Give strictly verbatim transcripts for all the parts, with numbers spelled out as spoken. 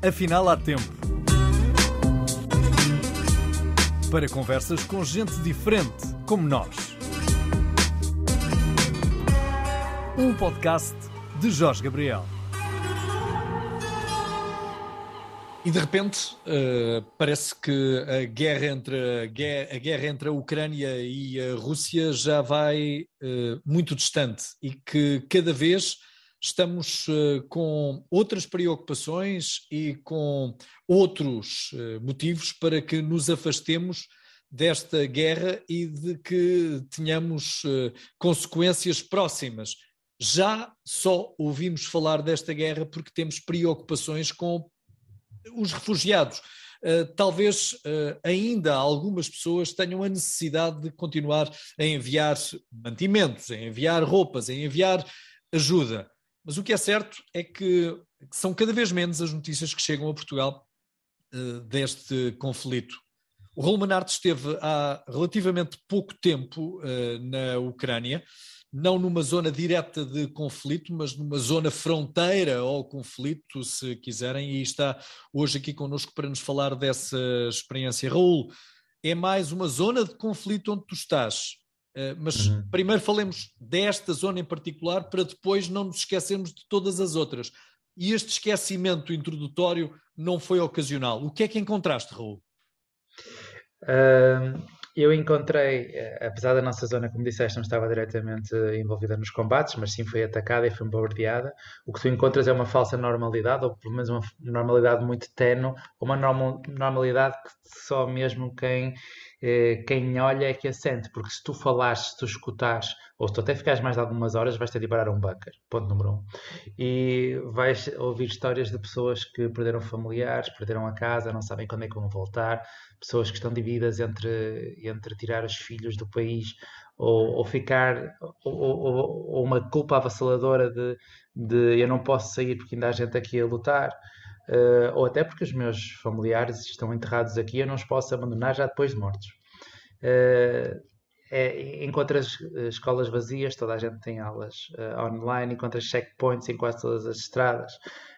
Afinal há tempo para conversas com gente diferente, como nós. Um podcast de Jorge Gabriel. E de repente uh, parece que a guerra, entre, a, guerra, a guerra entre a Ucrânia e a Rússia já vai uh, muito distante e que cada vez estamos uh, com outras preocupações e com outros uh, motivos para que nos afastemos desta guerra e de que tenhamos uh, consequências próximas. Já só ouvimos falar desta guerra porque temos preocupações com os refugiados. Uh, talvez uh, ainda algumas pessoas tenham a necessidade de continuar a enviar mantimentos, a enviar roupas, a enviar ajuda. Mas o que é certo é que são cada vez menos as notícias que chegam a Portugal uh, deste conflito. O Raul Manarte esteve há relativamente pouco tempo uh, na Ucrânia, não numa zona direta de conflito, mas numa zona fronteira ao conflito, se quiserem, e está hoje aqui connosco para nos falar dessa experiência. Raul, é mais uma zona de conflito onde tu estás, mas uhum. primeiro falemos desta zona em particular para depois não nos esquecermos de todas as outras. E este esquecimento introdutório não foi ocasional. O que é que encontraste, Raul? Uh, eu encontrei, apesar da nossa zona, como disseste, não estava diretamente envolvida nos combates, mas sim foi atacada e foi bombardeada. O que tu encontras é uma falsa normalidade, ou pelo menos uma normalidade muito ténue, uma normal, normalidade que só mesmo quem, eh, quem olha é que a sente, porque se tu falares, se tu escutares, ou se tu até ficares mais de algumas horas, vais ter de ir parar a um bunker, ponto número um. E vais ouvir histórias de pessoas que perderam familiares, perderam a casa, não sabem quando é que vão voltar, pessoas que estão divididas entre, entre tirar os filhos do país ou, ou ficar, ou, ou, ou uma culpa avassaladora de, de eu não posso sair porque ainda há gente aqui a lutar, uh, ou até porque os meus familiares estão enterrados aqui e eu não os posso abandonar já depois de mortos. Uh, É, encontras escolas vazias, toda a gente tem aulas uh, online, encontras checkpoints em quase todas as estradas,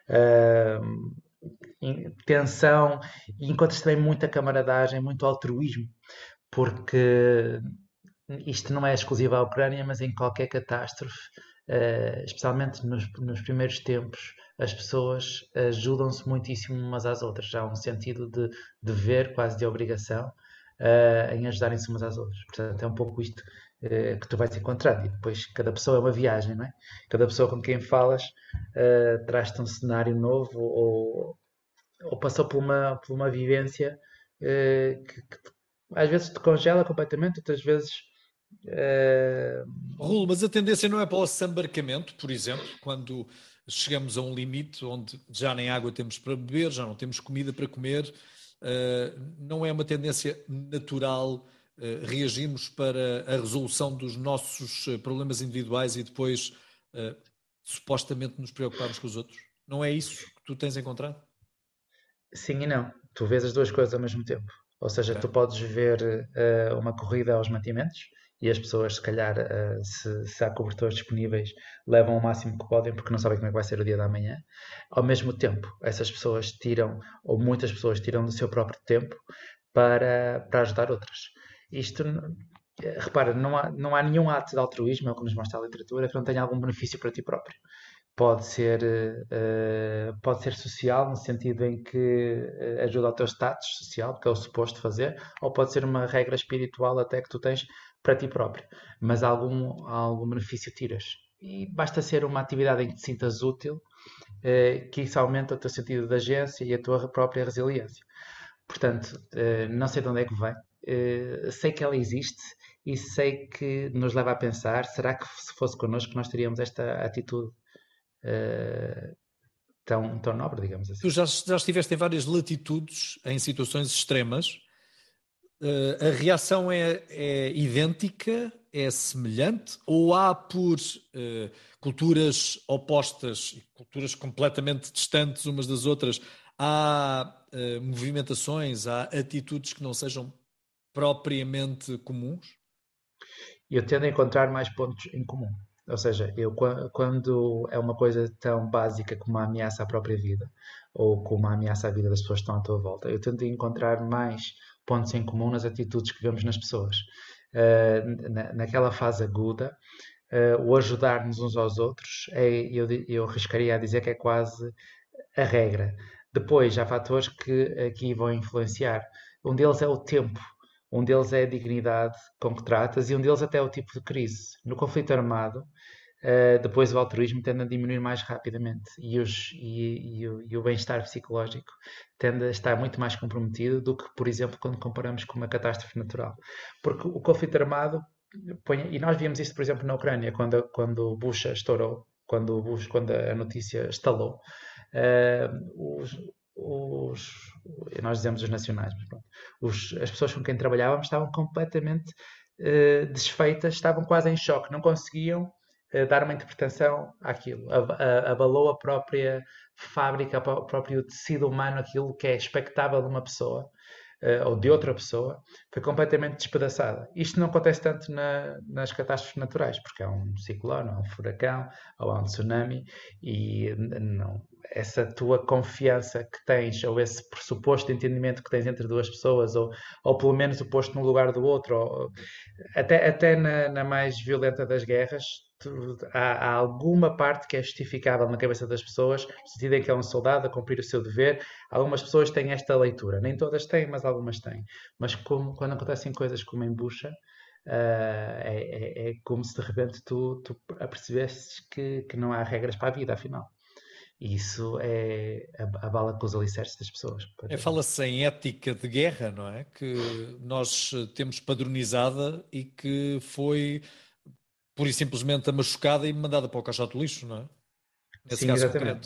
uh, tensão, e encontras também muita camaradagem, muito altruísmo, porque isto não é exclusivo à Ucrânia, mas em qualquer catástrofe, uh, especialmente nos, nos primeiros tempos, as pessoas ajudam-se muitíssimo umas às outras, já há um sentido de dever, quase de obrigação, Uh, em ajudarem-se umas às outras. Portanto, é um pouco isto uh, que tu vais encontrar. E depois, cada pessoa é uma viagem, não é? Cada pessoa com quem falas uh, traz-te um cenário novo ou, ou passou por uma, por uma vivência uh, que, que às vezes te congela completamente, outras vezes... Uh... Raul, mas a tendência não é para o desembarcamento, por exemplo, quando chegamos a um limite onde já nem água temos para beber, já não temos comida para comer... Uh, não é uma tendência natural uh, reagirmos para a resolução dos nossos uh, problemas individuais e depois uh, supostamente nos preocuparmos com os outros? Não é isso que tu tens encontrado? Sim e não. Tu vês as duas coisas ao mesmo tempo. Ou seja, okay. Tu podes ver uh, uma corrida aos mantimentos e as pessoas, se calhar, uh, se, se há cobertores disponíveis, levam o máximo que podem porque não sabem como é que vai ser o dia da manhã. Ao mesmo tempo, essas pessoas tiram, ou muitas pessoas tiram do seu próprio tempo para, para ajudar outras. Isto, repara, não há, não há nenhum ato de altruísmo, é o que nos mostra a literatura, que não tenha algum benefício para ti próprio. Pode ser, uh, pode ser social, no sentido em que ajuda ao teu status social, que é o suposto fazer, ou pode ser uma regra espiritual até que tu tens para ti próprio, mas algum, algum benefício tiras. E basta ser uma atividade em que te sintas útil, uh, que isso aumenta o teu sentido de agência e a tua própria resiliência. Portanto, uh, não sei de onde é que vem, uh, sei que ela existe e sei que nos leva a pensar, será que se fosse connosco nós teríamos esta atitude Uh, tão, tão nobre, digamos assim. Tu já, já estiveste em várias latitudes, em situações extremas. Uh, a reação é, é idêntica, é semelhante, ou há por uh, culturas opostas, culturas completamente distantes umas das outras, há uh, movimentações, há atitudes que não sejam propriamente comuns? Eu tendo a encontrar mais pontos em comum. Ou seja, eu qua- quando é uma coisa tão básica como uma ameaça à própria vida, ou como uma ameaça à vida das pessoas que estão à tua volta, eu tento encontrar mais pontos em comum nas atitudes que vemos nas pessoas. Uh, na- naquela fase aguda, uh, o ajudar-nos uns aos outros, é, eu, di- eu arriscaria a dizer que é quase a regra. Depois, há fatores que aqui vão influenciar. Um deles é o tempo, um deles é a dignidade com que tratas e um deles até é o tipo de crise. No conflito armado, uh, depois o altruísmo tende a diminuir mais rapidamente e, os, e, e o, e o bem-estar psicológico tende a estar muito mais comprometido do que, por exemplo, quando comparamos com uma catástrofe natural. Porque o conflito armado, põe, e nós vimos isso, por exemplo, na Ucrânia, quando, quando o Bush estourou, quando, o Bush, quando a notícia estalou, uh, os, os, nós dizemos os nacionais, mas pronto, os, as pessoas com quem trabalhávamos estavam completamente uh, desfeitas, estavam quase em choque, não conseguiam uh, dar uma interpretação àquilo. Abalou a própria fábrica, o próprio tecido humano, aquilo que é expectável de uma pessoa uh, ou de outra pessoa, foi completamente despedaçada. Isto não acontece tanto na, nas catástrofes naturais, porque há um ciclone, há um furacão, ou há um tsunami, e não, essa tua confiança que tens, ou esse pressuposto de entendimento que tens entre duas pessoas, ou, ou pelo menos o posto no lugar do outro, ou, até, até na, na mais violenta das guerras, tu, há, há alguma parte que é justificável na cabeça das pessoas, no sentido em que é um soldado a cumprir o seu dever. Algumas pessoas têm esta leitura, nem todas têm, mas algumas têm. Mas como, quando acontecem coisas como em Bucha, uh, é, é, é como se de repente tu, tu apercebesses que, que não há regras para a vida, afinal. E isso é a, a bala com os alicerces das pessoas. É, Para... fala-se em ética de guerra, não é? Que nós eh, temos padronizada e que foi pura e simplesmente machucada e mandada para o caixote de lixo, não é? Nesse Sim, caso exatamente. concreto.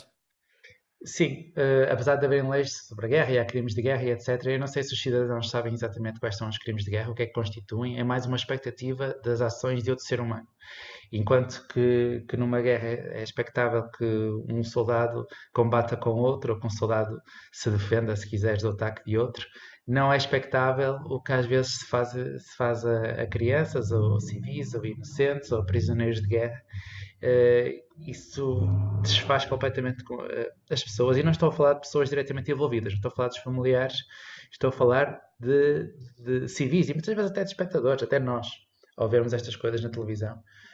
Sim, uh, apesar de haverem leis sobre a guerra e há crimes de guerra e etcétera, eu não sei se os cidadãos sabem exatamente quais são os crimes de guerra, o que é que constituem, é mais uma expectativa das ações de outro ser humano. Enquanto que, que numa guerra é expectável que um soldado combata com outro, ou que um soldado se defenda, se quiseres, do ataque de outro, não é expectável o que às vezes se faz, se faz a, a crianças, ou civis, ou inocentes, ou prisioneiros de guerra. Uh, isso desfaz completamente com, uh, as pessoas. E não estou a falar de pessoas diretamente envolvidas, não estou a falar dos familiares, estou a falar de, de civis e muitas vezes até de espectadores, até nós, ao vermos estas coisas na televisão,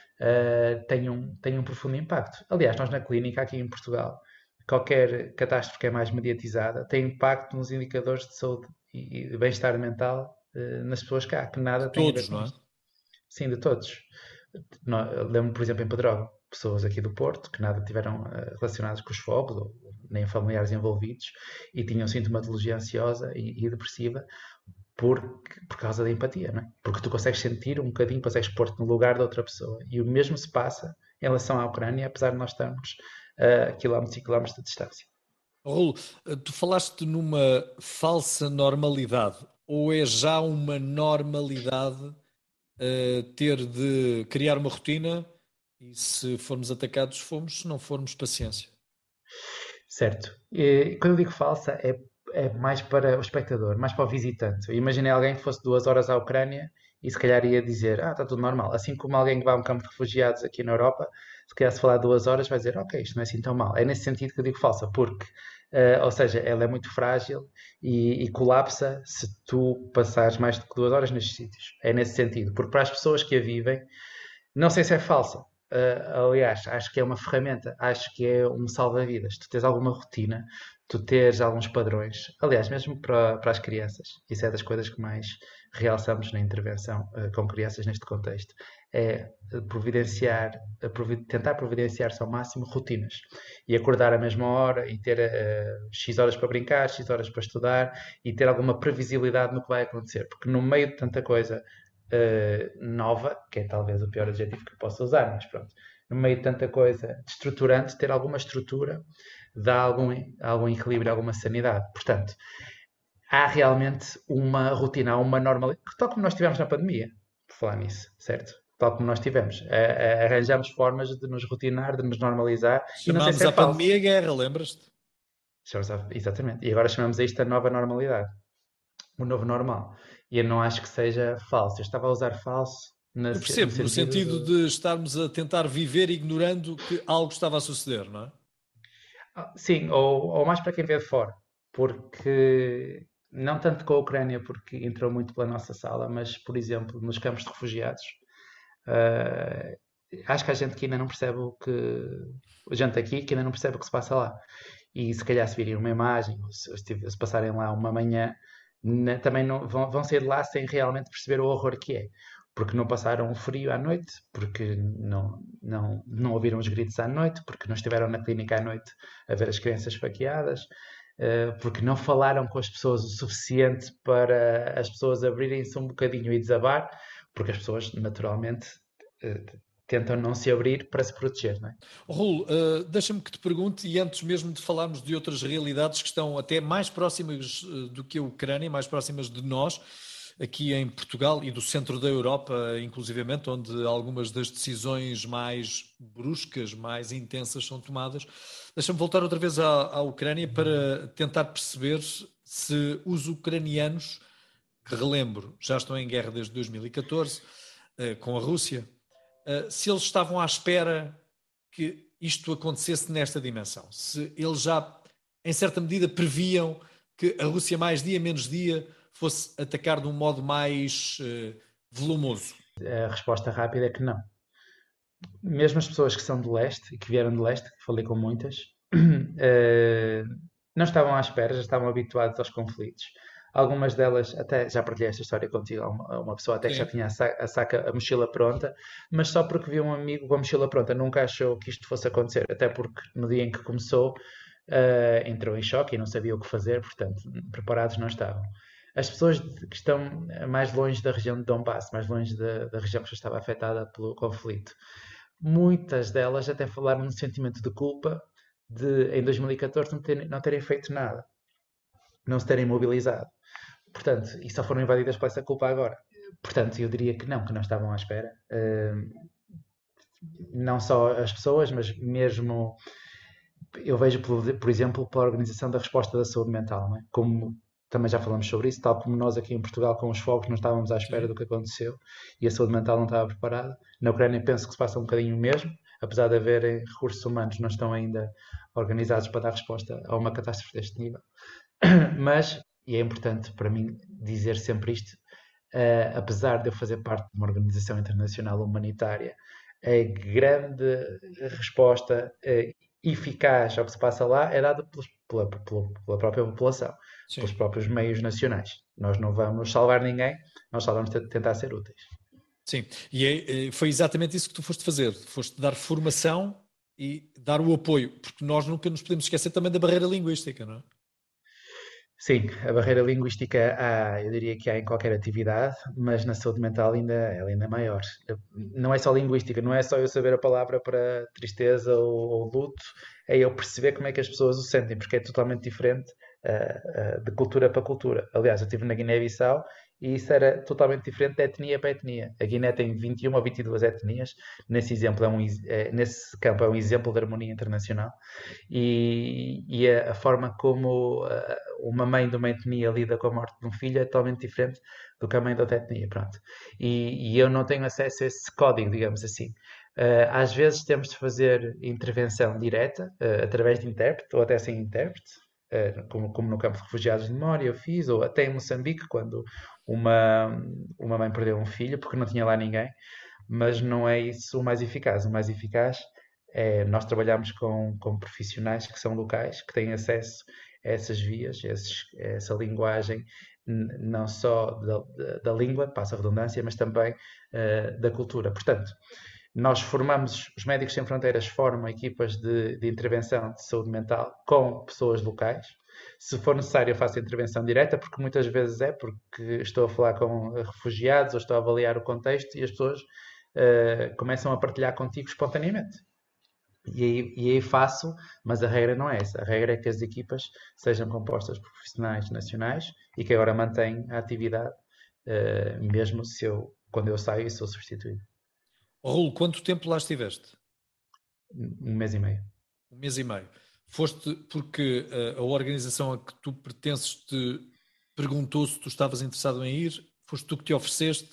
uh, tem, um, tem um profundo impacto. Aliás, nós na clínica, aqui em Portugal, qualquer catástrofe que é mais mediatizada tem impacto nos indicadores de saúde e de bem-estar mental uh, nas pessoas cá, que De nada tem a ver todos, com não é? isto. Sim, de todos. Lembro-me, por exemplo, em Pedrógão, pessoas aqui do Porto que nada tiveram uh, relacionadas com os fogos, ou nem familiares envolvidos, e tinham sintomatologia ansiosa e, e depressiva por, por causa da empatia, não é? Porque tu consegues sentir um bocadinho, consegues pôr-te no lugar da outra pessoa. E o mesmo se passa em relação à Ucrânia, apesar de nós estarmos a uh, quilómetros e quilómetros de distância. Raul, eh, tu falaste numa falsa normalidade, ou é já uma normalidade eh, ter de criar uma rotina e se formos atacados, fomos, se não formos, paciência. Certo. E, quando eu digo falsa, é, é mais para o espectador, mais para o visitante. Eu imaginei alguém que fosse duas horas à Ucrânia e se calhar ia dizer, ah, está tudo normal. Assim como alguém que vai a um campo de refugiados aqui na Europa, se calhar se falar duas horas vai dizer, ok, isto não é assim tão mal. É nesse sentido que eu digo falsa, porque, eh, ou seja, ela é muito frágil e, e colapsa se tu passares mais do que duas horas nestes sítios. É nesse sentido, porque para as pessoas que a vivem, não sei se é falsa. Uh, aliás, acho que é uma ferramenta, acho que é um salva-vidas. Tu tens alguma rotina, tu tens alguns padrões. Aliás, mesmo para, para as crianças, isso é das coisas que mais realçamos na intervenção uh, com crianças neste contexto. É providenciar, provi tentar providenciar-se ao máximo rotinas e acordar à mesma hora e ter uh, X horas para brincar, X horas para estudar e ter alguma previsibilidade no que vai acontecer, porque no meio de tanta coisa uh, nova, que é talvez o pior adjetivo que eu possa usar, mas pronto, no meio de tanta coisa estruturante, ter alguma estrutura dá algum, algum equilíbrio, alguma sanidade. Portanto, há realmente uma rotina, há uma normalidade, tal como nós tivemos na pandemia, por falar nisso, certo? Tal como nós tivemos. Uh, arranjamos formas de nos rotinar, de nos normalizar, e não sei Chamámos se é a falso. pandemia guerra, lembras-te? Exatamente. E agora chamamos a isto a nova normalidade, o novo normal. E eu não acho que seja falso. Eu estava a usar falso no, Eu no percebo, no sentido sentido de estarmos a tentar viver ignorando que algo estava a suceder, não é? Ah, sim, ou, ou mais para quem vê de fora, porque não tanto com a Ucrânia, porque entrou muito pela nossa sala, mas, por exemplo, nos campos de refugiados, ah, acho que há gente que ainda não percebe o que. Gente aqui que ainda não percebe o que se passa lá. E se calhar se virem uma imagem, ou se, se se passarem lá uma manhã, na- também não, vão, vão sair de lá sem realmente perceber o horror que é. Porque não passaram frio à noite, porque não, não, não ouviram os gritos à noite, porque não estiveram na clínica à noite a ver as crianças esfaqueadas, eh, porque não falaram com as pessoas o suficiente para as pessoas abrirem-se um bocadinho e desabar, porque as pessoas naturalmente eh, tentam não se abrir para se proteger, não é? Raul, uh, deixa-me que te pergunte, e antes mesmo de falarmos de outras realidades que estão até mais próximas uh, do que a Ucrânia, mais próximas de nós, aqui em Portugal e do centro da Europa, inclusivamente, onde algumas das decisões mais bruscas, mais intensas são tomadas. Deixa-me voltar outra vez à, à Ucrânia para tentar perceber se os ucranianos, que relembro, já estão em guerra desde dois mil e catorze, uh, com a Rússia, uh, se eles estavam à espera que isto acontecesse nesta dimensão, se eles já, em certa medida, previam que a Rússia, mais dia menos dia, fosse atacar de um modo mais uh, volumoso. A resposta rápida é que não. Mesmo as pessoas que são do leste e que vieram do leste, que falei com muitas, eh, não estavam à espera, já estavam habituados aos conflitos. Algumas delas, até já partilhei esta história contigo, uma, uma pessoa até que já Sim. tinha a, sa a, saca, a mochila pronta, mas só porque viu um amigo com a mochila pronta, nunca achou que isto fosse acontecer, até porque no dia em que começou, uh, entrou em choque e não sabia o que fazer, portanto, preparados não estavam. As pessoas que estão mais longe da região de Donbass, mais longe da, da região que já estava afetada pelo conflito, muitas delas até falaram no sentimento de culpa de, em dois mil e catorze, não terem, não terem feito nada, não se terem mobilizado. Portanto, e só foram invadidas por essa culpa agora. Portanto, eu diria que não, que não estavam à espera. Uh, não só as pessoas, mas mesmo eu vejo, por, por exemplo, pela organização da resposta da saúde mental, não é? Como também já falamos sobre isso, tal como nós aqui em Portugal com os fogos não estávamos à espera Sim. do que aconteceu e a saúde mental não estava preparada. Na Ucrânia penso que se passa um bocadinho o mesmo, apesar de haverem recursos humanos, não estão ainda organizados para dar resposta a uma catástrofe deste nível. Mas, e é importante para mim dizer sempre isto, uh, apesar de eu fazer parte de uma organização internacional humanitária, a grande resposta uh, eficaz ao que se passa lá é dada pelos, pela, pela, pela própria população, pelos Sim. próprios meios nacionais. Nós não vamos salvar ninguém, nós só vamos tentar ser úteis. Sim, e é, foi exatamente isso que tu foste fazer. Foste dar formação e dar o apoio, porque nós nunca nos podemos esquecer também da barreira linguística, não é? Sim, a barreira linguística há, eu diria que há em qualquer atividade, mas na saúde mental ainda, ela ainda é maior. Não é só linguística, não é só eu saber a palavra para tristeza ou, ou luto, é eu perceber como é que as pessoas o sentem, porque é totalmente diferente uh, uh, de cultura para cultura. Aliás, eu estive na Guiné-Bissau e isso era totalmente diferente de etnia para etnia. A Guiné tem vinte e uma ou vinte e duas etnias, nesse, exemplo é um, é, nesse campo é um exemplo de harmonia internacional e, e a, a, forma como uh, uma mãe de uma etnia lida com a morte de um filho é totalmente diferente do que a mãe de outra etnia, pronto. E, e eu não tenho acesso a esse código, digamos assim. Uh, às vezes temos de fazer intervenção direta, uh, através de intérprete, ou até sem intérprete, uh, como, como no campo de refugiados de memória eu fiz, ou até em Moçambique, quando uma, uma mãe perdeu um filho, porque não tinha lá ninguém, mas não é isso o mais eficaz. O mais eficaz é nós trabalharmos com, com profissionais que são locais, que têm acesso a essas vias, a esses, a essa linguagem, não só da, da, da língua, passa a redundância, mas também uh, da cultura. Portanto, nós formamos, os Médicos Sem Fronteiras formam equipas de, de intervenção de saúde mental com pessoas locais. Se for necessário, eu faço a intervenção direta, porque muitas vezes é porque estou a falar com refugiados ou estou a avaliar o contexto e as pessoas uh, começam a partilhar contigo espontaneamente. E aí, e aí faço, mas a regra não é essa. A regra é que as equipas sejam compostas por profissionais nacionais e que agora mantêm a atividade, uh, mesmo se eu, quando eu saio, sou substituído. Raul, quanto tempo lá estiveste? Um mês e meio. Um mês e meio. Foste porque a, a organização a que tu pertences te perguntou se tu estavas interessado em ir? Foste tu que te ofereceste?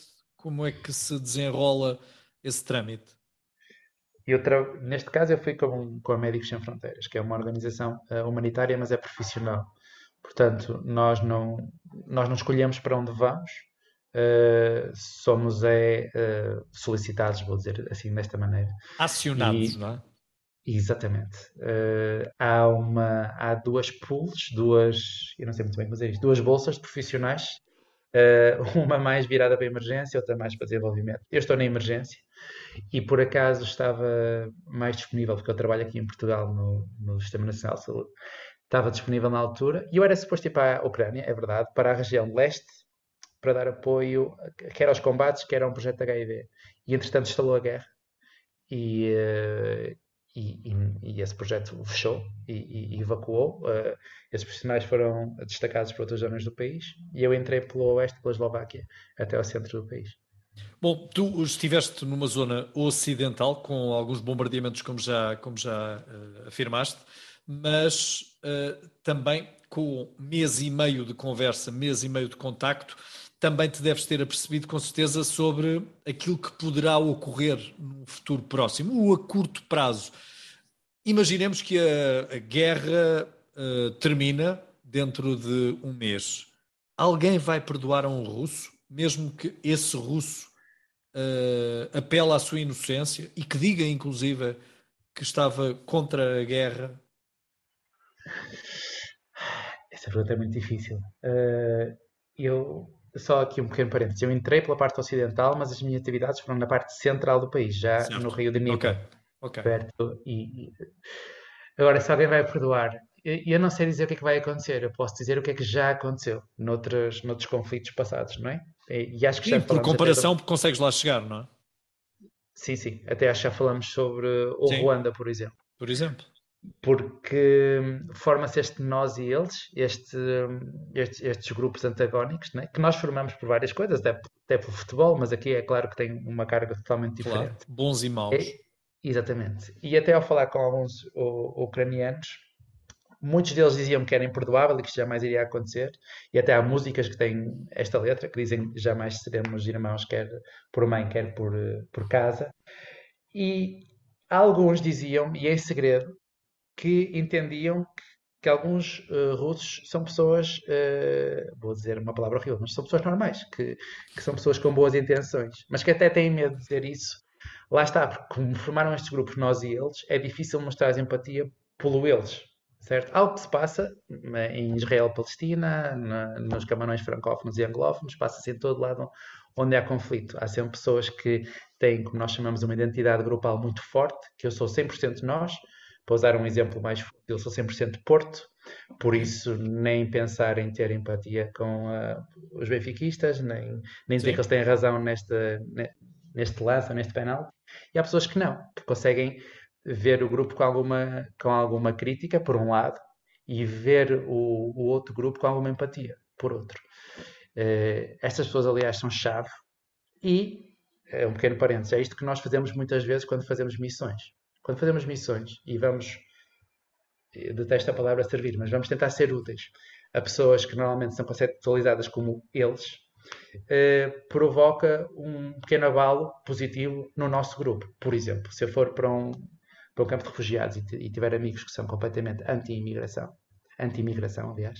como é que se desenrola esse trâmite? Eu tra... Neste caso, eu fui com, com a Médicos Sem Fronteiras, que é uma organização uh, humanitária, mas é profissional. Portanto, nós não, nós não escolhemos para onde vamos, uh, somos é, uh, solicitados, vou dizer assim, desta maneira. Acionados, E, não é? exatamente. Uh, há, uma, há duas pools, duas, eu não sei muito bem como dizer isto, duas bolsas de profissionais, uh, uma mais virada para a emergência, outra mais para desenvolvimento. Eu estou na emergência e por acaso estava mais disponível, porque eu trabalho aqui em Portugal no, no Sistema Nacional de Saúde, estava disponível na altura e eu era suposto ir para a Ucrânia, é verdade, para a região leste, para dar apoio, quer aos combates, quer a um projeto H I V. E entretanto instalou a guerra e, uh, e, e, e esse projeto fechou e, e evacuou. Uh, esses profissionais foram destacados para outras zonas do país e eu entrei pelo oeste, pela Eslováquia, até ao centro do país. Bom, tu estiveste numa zona ocidental com alguns bombardeamentos, como já, como já uh, afirmaste, mas uh, também com mês e meio de conversa, mês e meio de contacto, também te deves ter apercebido com certeza sobre aquilo que poderá ocorrer no futuro próximo, ou a curto prazo. Imaginemos que a, a guerra uh, termina dentro de um mês. Alguém vai perdoar a um russo, mesmo que esse russo uh, apela à sua inocência e que diga, inclusive, que estava contra a guerra? Essa pergunta é muito difícil. Uh, eu, só aqui um pequeno parênteses, eu entrei pela parte ocidental, mas as minhas atividades foram na parte central do país, já no Certo. Rio de Ok, Dnieper, ok. perto. E, e- agora, se alguém vai perdoar, eu, eu não sei dizer o que é que vai acontecer, eu posso dizer o que é que já aconteceu noutros, noutros conflitos passados, não é? E, e acho que Sim, já por falamos até do. comparação, consegues lá chegar, não é? Sim, sim, até acho que já falamos sobre o Sim, Ruanda, por exemplo. por exemplo. Porque hum, forma-se este nós e eles, este, hum, estes, estes grupos antagónicos, né? Que nós formamos por várias coisas, até, até pelo futebol, mas aqui é claro que tem uma carga totalmente Claro, diferente. bons e maus. É, exatamente. E até ao falar com alguns o- ucranianos, muitos deles diziam que era imperdoável e que isto jamais iria acontecer, e até há músicas que têm esta letra que dizem jamais seremos irmãos, quer por mãe, quer por, eh, por casa. E alguns diziam, e é em segredo, que entendiam que alguns uh, russos são pessoas, uh, vou dizer uma palavra horrível, mas são pessoas normais, que, que são pessoas com boas intenções, mas que até têm medo de dizer isso. Lá está, porque como formaram estes grupos, nós e eles, é difícil mostrar empatia pelo eles, certo? Algo que se passa né, em Israel-Palestina, nos camarões francófonos e anglófonos, passa-se em todo lado onde há conflito. Há sempre pessoas que têm, como nós chamamos, uma identidade grupal muito forte, que eu sou cem por cento nós. Para usar um exemplo mais forte, eu sou cem por cento Porto, por Sim, isso nem pensar em ter empatia com uh, os benfiquistas, nem, nem dizer que sim, eles têm razão neste, neste lance ou neste penal. E há pessoas que não, que conseguem ver o grupo com alguma, com alguma crítica, por um lado, e ver o, o outro grupo com alguma empatia, por outro. Uh, estas pessoas, aliás, são chave e, é um pequeno parênteses, é isto que nós fazemos muitas vezes quando fazemos missões. Quando fazemos missões e vamos, eu detesto a palavra servir, mas vamos tentar ser úteis a pessoas que normalmente são conceptualizadas como eles, eh, provoca um pequeno abalo positivo no nosso grupo. Por exemplo, se eu for para um, para um campo de refugiados e, e tiver amigos que são completamente anti-imigração, anti-imigração, aliás,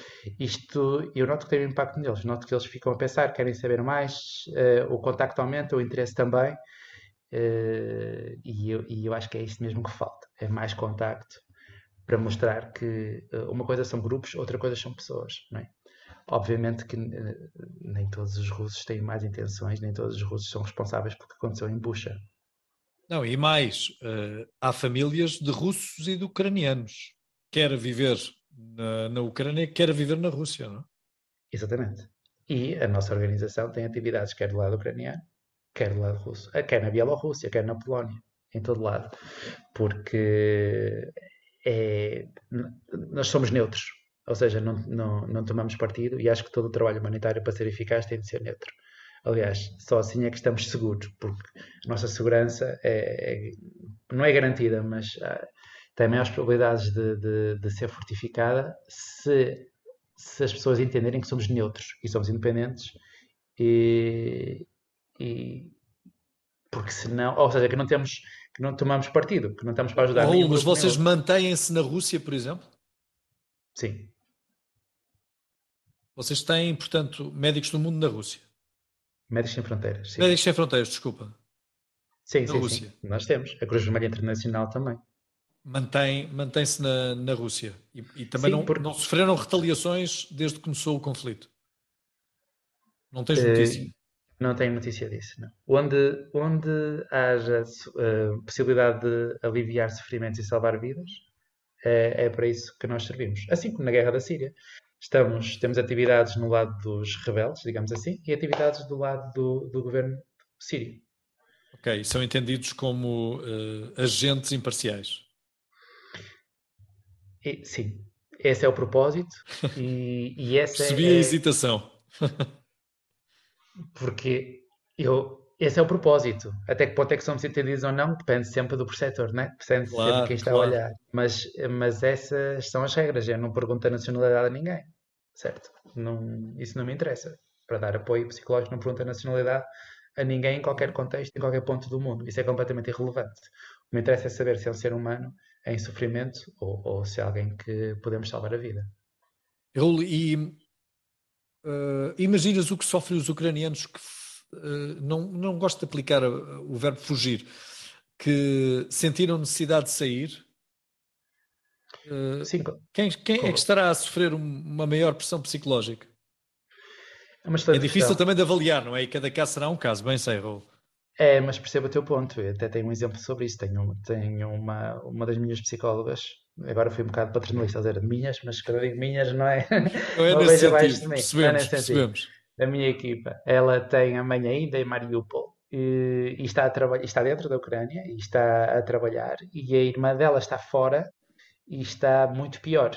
isto eu noto que tem um impacto neles, noto que eles ficam a pensar, querem saber mais, eh, o contacto aumenta, o interesse também, eh, e, eu, e eu acho que é isto mesmo que falta, é mais contacto para mostrar que uh, uma coisa são grupos, outra coisa são pessoas, não é? Obviamente que uh, nem todos os russos têm más intenções, nem todos os russos são responsáveis pelo que aconteceu em Bucha. não, e mais, uh, há famílias de russos e de ucranianos. Quer viver na, na Ucrânia, quer viver na Rússia, não é? Exatamente. E a nossa organização tem atividades quer do lado ucraniano, quer do lado russo, eh, quer na Bielorrússia, quer na Polónia, em todo lado. Porque é, nós somos neutros, ou seja, não, não, não tomamos partido e acho que todo o trabalho humanitário para ser eficaz tem de ser neutro. Aliás, só assim é que estamos seguros, porque a nossa segurança é, é, não é garantida, mas ah, tem maiores probabilidades de, de, de ser fortificada se, se as pessoas entenderem que somos neutros e somos independentes e, e porque senão, ou seja, que não temos, que não tomamos partido, que não estamos para Oh, ajudar nenhum Raul, mas grupo nem vocês outro. mantêm-se na Rússia, por exemplo? Sim, Vocês têm, portanto, Médicos do Mundo na Rússia. Médicos Sem Fronteiras, sim. Médicos Sem Fronteiras, desculpa, Sim, na sim, sim. Rússia. Nós temos. A Cruz Vermelha Internacional também. Mantém, mantém-se na, na Rússia. E, e também Sim, não, porque não sofreram retaliações desde que começou o conflito. Não tens notícia. eh, não tenho notícia disso, não. Onde, onde haja eh, possibilidade de aliviar sofrimentos e salvar vidas, é, é para isso que nós servimos. Assim como na guerra da Síria. Estamos, temos atividades no lado dos rebeldes, digamos assim, e atividades do lado do, do governo sírio. Ok, são entendidos como eh, agentes imparciais. E, sim, esse é o propósito e, e essa Percebi a é, é hesitação. porque eu, esse é o propósito. Até que ponto é que somos entendidos ou não, depende sempre do perceptor, né? Depende sempre de quem Claro, está a claro. olhar. Mas, mas essas são as regras. Eu não pergunto a nacionalidade a ninguém, certo? Não, isso não me interessa. Para dar apoio psicológico, não pergunto a nacionalidade a ninguém em qualquer Uhum. contexto, em qualquer ponto do mundo. Isso é completamente irrelevante. O que me interessa é saber se é um ser humano em sofrimento ou, ou se é alguém que podemos salvar a vida. Raul, e eh, imaginas o que sofrem os ucranianos que eh, não, não gosto de aplicar eh, o verbo fugir, que sentiram necessidade de sair. Eh, Sim, co- quem, quem é que co- estará a sofrer um- uma maior pressão psicológica? é uma É excelente difícil questão. também de avaliar, não é? E cada caso será um caso, bem sei, Raul. É, mas percebo o teu ponto. Eu até tenho um exemplo sobre isso. Tenho, tenho uma, uma das minhas psicólogas, agora fui um bocado paternalista a dizer minhas, mas quando eu digo minhas não é, Não é não nesse vejo abaixo sentido, de mim, não é percebemos, nesse sentido. percebemos. A minha equipa, ela tem a mãe ainda em Mariupol e, e está, a traba- está dentro da Ucrânia e está a trabalhar e a irmã dela está fora e está muito pior.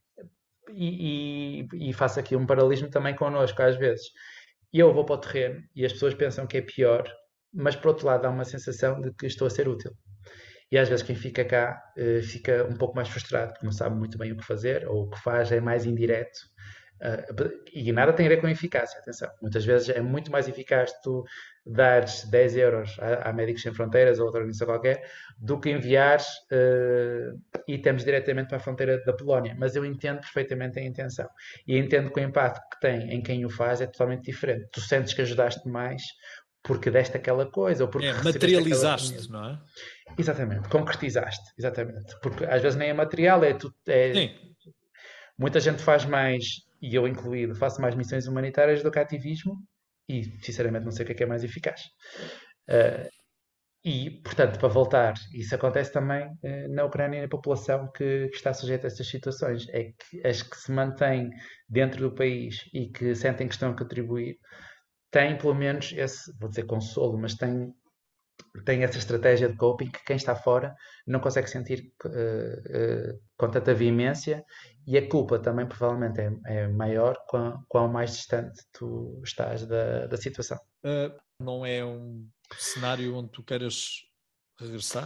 E, e, e faço aqui um paralelismo também connosco às vezes. E eu vou para o terreno e as pessoas pensam que é pior, mas por outro lado dá uma sensação de que estou a ser útil. E às vezes quem fica cá eh, fica um pouco mais frustrado, porque não sabe muito bem o que fazer, ou o que faz é mais indireto. Uh, e nada tem a ver com eficácia, atenção. Muitas vezes é muito mais eficaz tu dares dez euros a, a Médicos Sem Fronteiras ou outra organização qualquer do que enviares uh, itens diretamente para a fronteira da Polónia. Mas eu entendo perfeitamente a intenção. E entendo que o impacto que tem em quem o faz é totalmente diferente. Tu sentes que ajudaste mais porque deste aquela coisa ou porque É, recebeste aquela materializaste, família. não é? Exatamente, concretizaste, exatamente. Porque às vezes nem é material, é, tu, é Sim, muita gente faz mais, e eu incluído, faço mais missões humanitárias do que ativismo e, sinceramente, não sei o que é que é mais eficaz. Uh, e, portanto, para voltar, isso acontece também uh, na Ucrânia e na população que, que está sujeita a estas situações. É que as que se mantêm dentro do país e que sentem que estão a contribuir têm, pelo menos, esse, vou dizer consolo, mas têm tem essa estratégia de coping que quem está fora não consegue sentir uh, uh, com tanta veemência e a culpa também provavelmente é, é maior quão, quão mais distante tu estás da, da situação. uh, não é um cenário onde tu queiras regressar?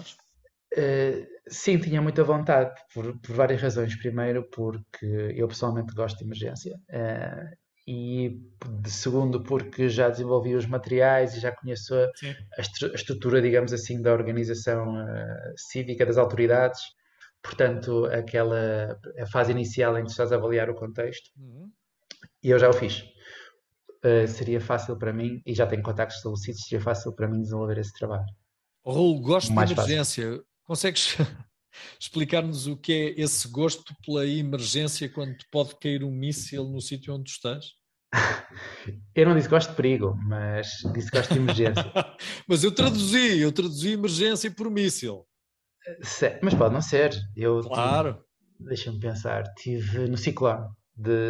Uh, sim, tinha muita vontade por, por várias razões. Primeiro, porque eu pessoalmente gosto de emergência. Uh, e de segundo, porque já desenvolvi os materiais e já conheço a, Sim. a, estru- a estrutura, digamos assim, da organização uh, cívica, das autoridades. Portanto, aquela a fase inicial em que tu estás a avaliar o contexto, Uhum. e eu já o fiz. Uh, seria fácil para mim, e já tenho contactos estabelecidos, seria fácil para mim desenvolver esse trabalho. Raul, gosto de Mais fácil. emergência. Consegues explicar-nos o que é esse gosto pela emergência quando te pode cair um míssil no sítio onde tu estás? Eu não disse que gosto de perigo, mas disse que gosto de emergência. Mas eu traduzi, eu traduzi emergência por míssil. Se- Mas pode não ser. Eu tive, Claro, deixa-me pensar, tive no ciclone de,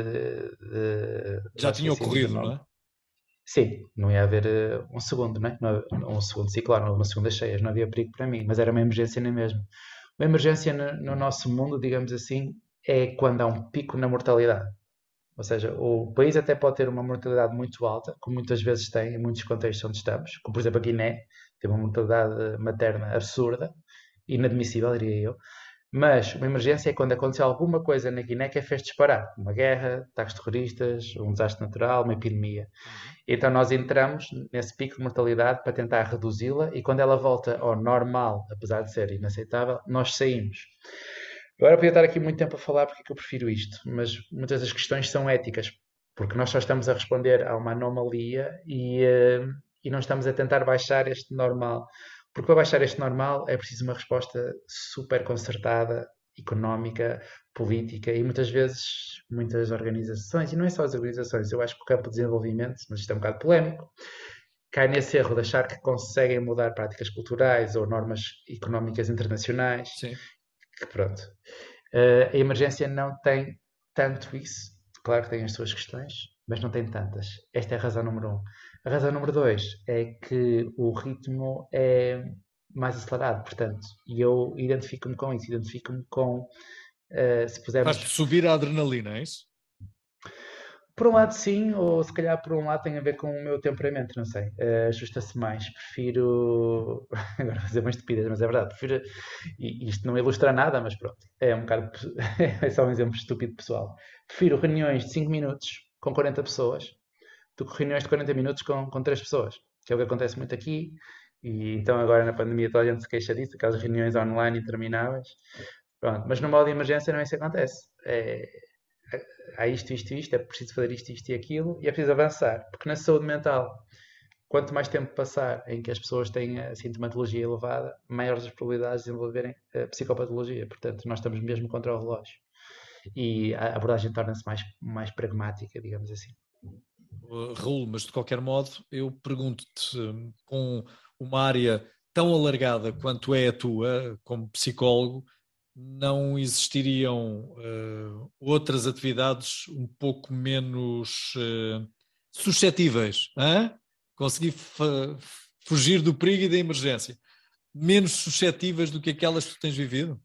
de- já já tinha esqueci-me do ocorrido, não nome. é? Sim, não ia haver eh, um segundo, né? Não havia- um segundo ciclone, uma segunda cheia, não havia perigo para mim, mas era uma emergência na mesma. Uma emergência no, no nosso mundo, digamos assim, é quando há um pico na mortalidade. Ou seja, o país até pode ter uma mortalidade muito alta, como muitas vezes tem em muitos contextos onde estamos, como por exemplo a Guiné, tem uma mortalidade materna absurda, inadmissível, diria eu. Mas uma emergência é quando aconteceu alguma coisa na Guiné que a fez disparar. Uma guerra, ataques terroristas, um desastre natural, uma epidemia. Uhum. Então nós entramos nesse pico de mortalidade para tentar reduzi-la e quando ela volta ao normal, apesar de ser inaceitável, nós saímos. Agora podia estar aqui muito tempo a falar porque é que eu prefiro isto, mas muitas das questões são éticas, porque nós só estamos a responder a uma anomalia e, eh, e não estamos a tentar baixar este normal. Porque para baixar este normal é preciso uma resposta super concertada, económica, política e muitas vezes muitas organizações, e não é só as organizações, eu acho que o campo de desenvolvimento, mas isto é um bocado polémico, cai nesse erro de achar que conseguem mudar práticas culturais ou normas económicas internacionais, Sim. que pronto. Uh, a emergência não tem tanto isso. Claro que tem as suas questões, mas não tem tantas. Esta é a razão número um. A razão número dois é que o ritmo é mais acelerado, portanto, e eu identifico-me com isso, identifico-me com, uh, se Faz-te pusermos. subir a adrenalina, é isso? Por um lado, sim, ou se calhar por um lado tem a ver com o meu temperamento, não sei. Uh, ajusta-se mais. Prefiro. Agora vou dizer uma estupidez, mas é verdade. Prefiro. E isto não ilustra nada, mas pronto. É um bocado. É só um exemplo estúpido pessoal. Prefiro reuniões de cinco minutos com quarenta pessoas do que reuniões de quarenta minutos com, com três pessoas. Que é o que acontece muito aqui. E então agora na pandemia toda a gente se queixa disso, aquelas reuniões online intermináveis. Pronto. Mas no modo de emergência não é isso que acontece. É, há isto, isto, isto, é preciso fazer isto, isto e aquilo, e é preciso avançar. Porque na saúde mental, quanto mais tempo passar em que as pessoas têm a sintomatologia elevada, maiores as probabilidades de desenvolverem a psicopatologia. Portanto, nós estamos mesmo contra o relógio. E a abordagem torna-se mais, mais pragmática, digamos assim. Uh, Raul, mas de qualquer modo, eu pergunto-te, um, com uma área tão alargada quanto é a tua, como psicólogo, não existiriam uh, outras atividades um pouco menos uh, suscetíveis, hein? Consegui fugir do perigo e da emergência, menos suscetíveis do que aquelas que tu tens vivido?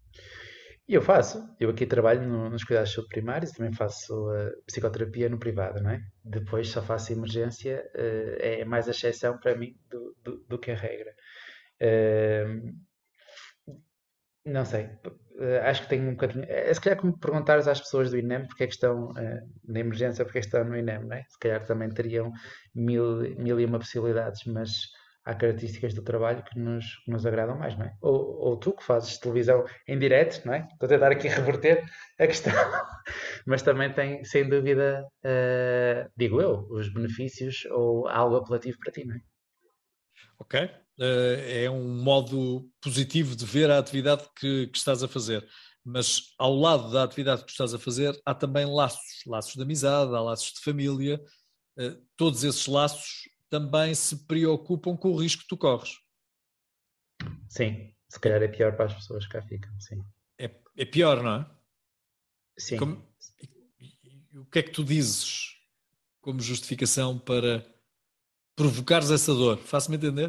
E eu faço. Eu aqui trabalho no- nos cuidados de saúde primários e também faço uh, psicoterapia no privado, não é? Depois só faço emergência, uh, é mais a exceção para mim do, do, do que a regra. Uh, não sei. Uh, acho que tenho um bocadinho. É se calhar como perguntares às pessoas do INEM porque é que estão uh, na emergência, porque é que estão no INEM, não é? Se calhar também teriam mil, mil e uma possibilidades, mas há características do trabalho que nos, que nos agradam mais, não é? Ou, ou tu que fazes televisão em direto, não é? Estou a tentar aqui reverter a questão, mas também tem, sem dúvida, uh, digo eu, os benefícios ou algo apelativo para ti, não é? Ok? Uh, é um modo positivo de ver a atividade que, que estás a fazer. Mas ao lado da atividade que estás a fazer, há também laços, laços de amizade, há laços de família. Uh, todos esses laços também se preocupam com o risco que tu corres. Sim, se E calhar é pior para as pessoas que cá ficam, sim. é, é pior, não é? E, como, Sim. e, e, e o que é que tu dizes como justificação para provocares essa dor? Faço-me entender?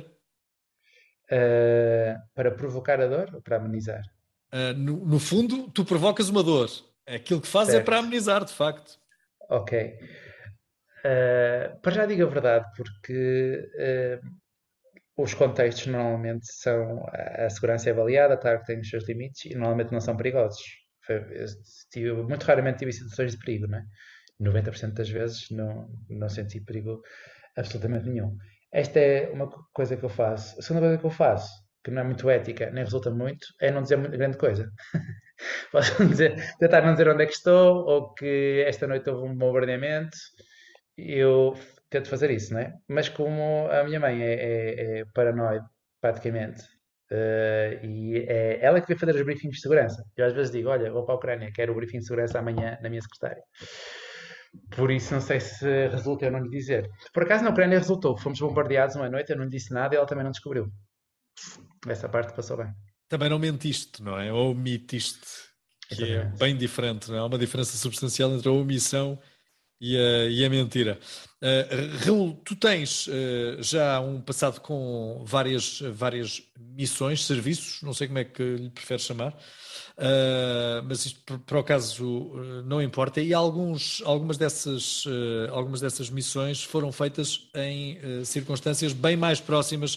Uh, para provocar a dor ou para amenizar? Uh, no, no fundo, tu provocas uma dor. Aquilo que fazes é para Certo. amenizar, de facto. Ok. Uh, para já digo a verdade, porque uh, os contextos normalmente são. A segurança é avaliada, claro que tem os seus limites e normalmente não são perigosos. Foi- eu tive- muito raramente tive situações de perigo, não é? noventa por cento das vezes não, não senti perigo absolutamente nenhum. Esta é uma co- coisa que eu faço. A segunda coisa que eu faço, que não é muito ética, nem resulta muito, é não dizer muito grande coisa. Posso dizer, tentar não dizer onde é que estou ou que esta noite houve um bombardeamento. Eu tento fazer isso, não é? Mas como a minha mãe é, é, é paranoide, praticamente, eh, e é ela que vai fazer os briefings de segurança. Eu às vezes digo, olha, vou para a Ucrânia, quero o briefing de segurança amanhã na minha secretária. Por isso não sei se resulta eu não lhe dizer. Por acaso na Ucrânia resultou. Fomos bombardeados uma noite, eu não lhe disse nada e ela também não descobriu. Essa parte passou bem. Também não mentiste, não é? Ou omitiste, que é Exatamente. bem diferente, não é? Há uma diferença substancial entre a omissão e a, e a mentira. Uh, Raul, tu tens uh, já um passado com várias, várias missões, serviços, não sei como é que lhe preferes chamar, uh, mas isto por, por acaso uh, não importa. E alguns, algumas, dessas, uh, algumas dessas missões foram feitas em uh, circunstâncias bem mais próximas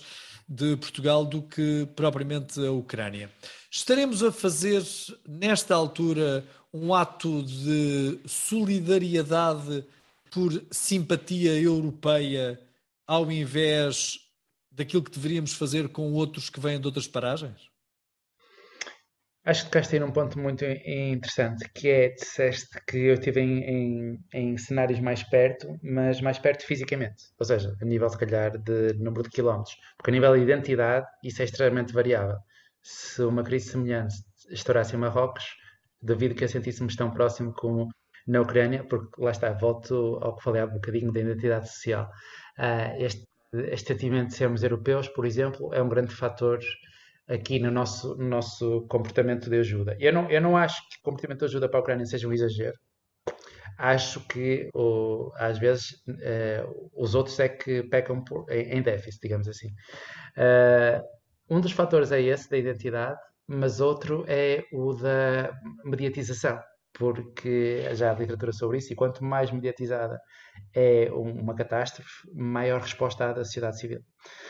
de Portugal do que propriamente a Ucrânia. Estaremos a fazer, nesta altura, um ato de solidariedade por simpatia europeia, ao invés daquilo que deveríamos fazer com outros que vêm de outras paragens? Acho que tocaste aí num ponto muito interessante, que é, disseste que eu estive em, em, em cenários mais perto, mas mais perto fisicamente. Ou seja, a nível, se calhar, de número de quilómetros. Porque a nível de identidade, isso é extremamente variável. Se uma crise semelhante estourasse em Marrocos, duvido que eu sentisse-me tão próximo como na Ucrânia, porque lá está, volto ao que falei há um bocadinho da identidade social. Ah, este, este sentimento de sermos europeus, por exemplo, é um grande fator aqui no nosso, no nosso comportamento de ajuda. Eu não, eu não acho que o comportamento de ajuda para a Ucrânia seja um exagero. Acho que, ou, às vezes, uh, os outros é que pecam por, em, em déficit, digamos assim. Uh, um dos fatores é esse, da identidade, mas outro é o da mediatização, porque já há literatura sobre isso, e quanto mais mediatizada é uma catástrofe, maior resposta há da sociedade civil.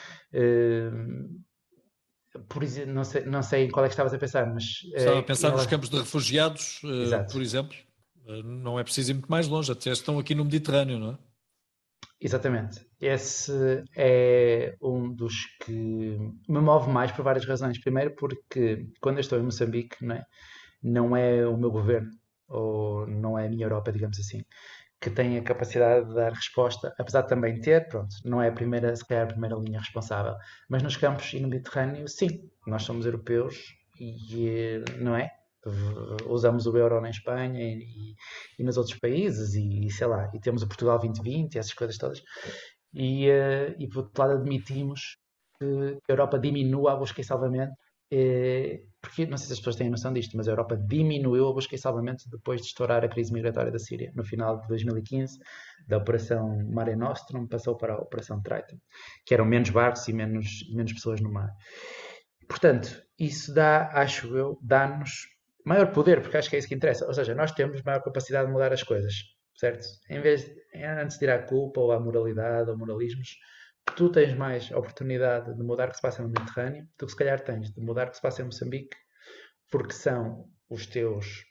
Uh, por exemplo, não sei, não sei em qual é que estavas a pensar, mas... Estava a Uh, pensar ela... nos campos de refugiados, uh, Exato. por exemplo. Uh, não é preciso ir muito mais longe, até estão aqui no Mediterrâneo, não é? Exatamente. Esse é um dos que me move mais por várias razões. Primeiro porque quando eu estou em Moçambique, não é, não é o meu governo, ou não é a minha Europa, digamos assim, que tem a capacidade de dar resposta, apesar de também ter, pronto, não é a primeira, se calhar a primeira linha responsável, mas nos campos e no Mediterrâneo, sim, nós somos europeus e, não é? Usamos o euro na Espanha e, e nos outros países e, sei lá, e temos o Portugal vinte vinte, essas coisas todas. E, uh, e por outro lado admitimos que a Europa diminua a busca e salvamento, eh, porque não sei se as pessoas têm noção disto, mas a Europa diminuiu a busca e salvamento depois de estourar a crise migratória da Síria, no final de dois mil e quinze, da Operação Mare Nostrum, passou para a Operação Triton, que eram menos barcos e menos, menos pessoas no mar. Portanto, isso dá, acho eu, dá-nos maior poder, porque acho que é isso que interessa. Ou seja, nós temos maior capacidade de mudar as coisas, certo? Em vez de, antes de ir à culpa ou à moralidade ou moralismos, tu tens mais oportunidade de mudar o que se passa no Mediterrâneo do que se calhar tens de mudar o que se passa em Moçambique, porque são os teus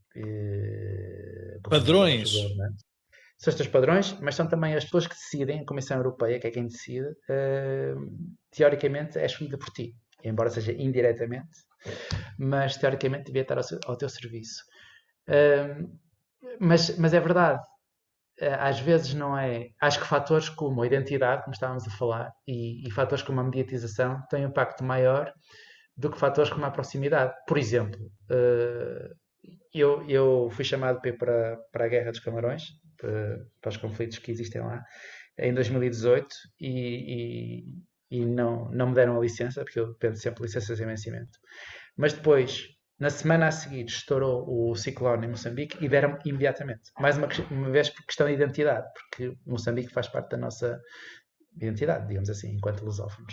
eh, governadores, os Padrões. governantes, são os teus padrões, mas são também as pessoas que decidem, a Comissão Europeia, que é quem decide, eh, teoricamente é escolhida por ti, embora seja indiretamente, mas teoricamente devia estar ao, seu, ao teu serviço. Uh, mas, mas é verdade, às vezes não é. Acho que fatores como a identidade, como estávamos a falar, e, e fatores como a mediatização têm um impacto maior do que fatores como a proximidade. Por exemplo, uh, eu, eu fui chamado para, para a Guerra dos Camarões, para, para os conflitos que existem lá, em dois mil e dezoito, e, e, e não, não me deram a licença, porque eu dependo sempre de licenças de vencimento. Mas depois, na semana a seguir, estourou o ciclone em Moçambique e deram-me imediatamente. Mais uma, uma vez por questão de identidade, porque Moçambique faz parte da nossa identidade, digamos assim, enquanto lusófonos.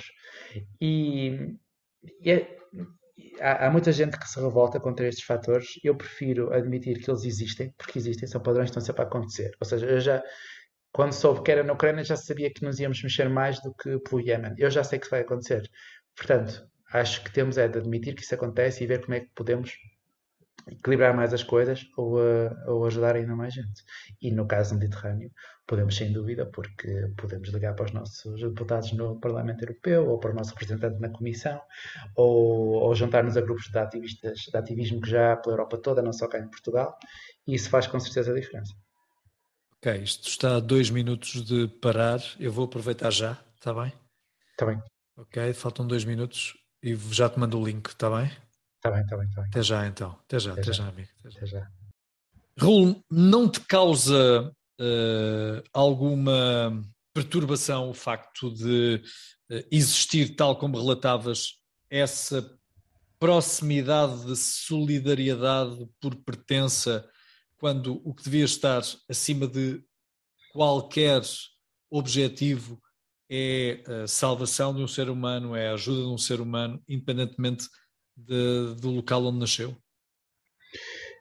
E, e é, há, há muita gente que se revolta contra estes fatores. Eu prefiro admitir que eles existem, porque existem, são padrões que estão sempre a acontecer. Ou seja, eu já, quando soube que era na Ucrânia, já sabia que nos íamos mexer mais do que pelo Iémen. Eu já sei que isso vai acontecer. Portanto, acho que temos é de admitir que isso acontece e ver como é que podemos equilibrar mais as coisas ou, uh, ou ajudar ainda mais gente. E no caso do Mediterrâneo, podemos sem dúvida, porque podemos ligar para os nossos deputados no Parlamento Europeu ou para o nosso representante na Comissão ou, ou juntar-nos a grupos de ativistas, de ativismo que já há pela Europa toda, não só cá em Portugal, e isso faz com certeza a diferença. Ok, isto está a dois minutos de parar, eu vou aproveitar já, está bem? Está bem. Ok, faltam dois minutos e já te mando o link, está bem? Está bem, está bem, está bem. Até já então, até já, até, até já. já, amigo. Até já. Até já. Raul, não te causa uh, alguma perturbação o facto de uh, existir, tal como relatavas, essa proximidade de solidariedade por pertença, quando o que devia estar acima de qualquer objetivo é a salvação de um ser humano, é a ajuda de um ser humano, independentemente de, do local onde nasceu?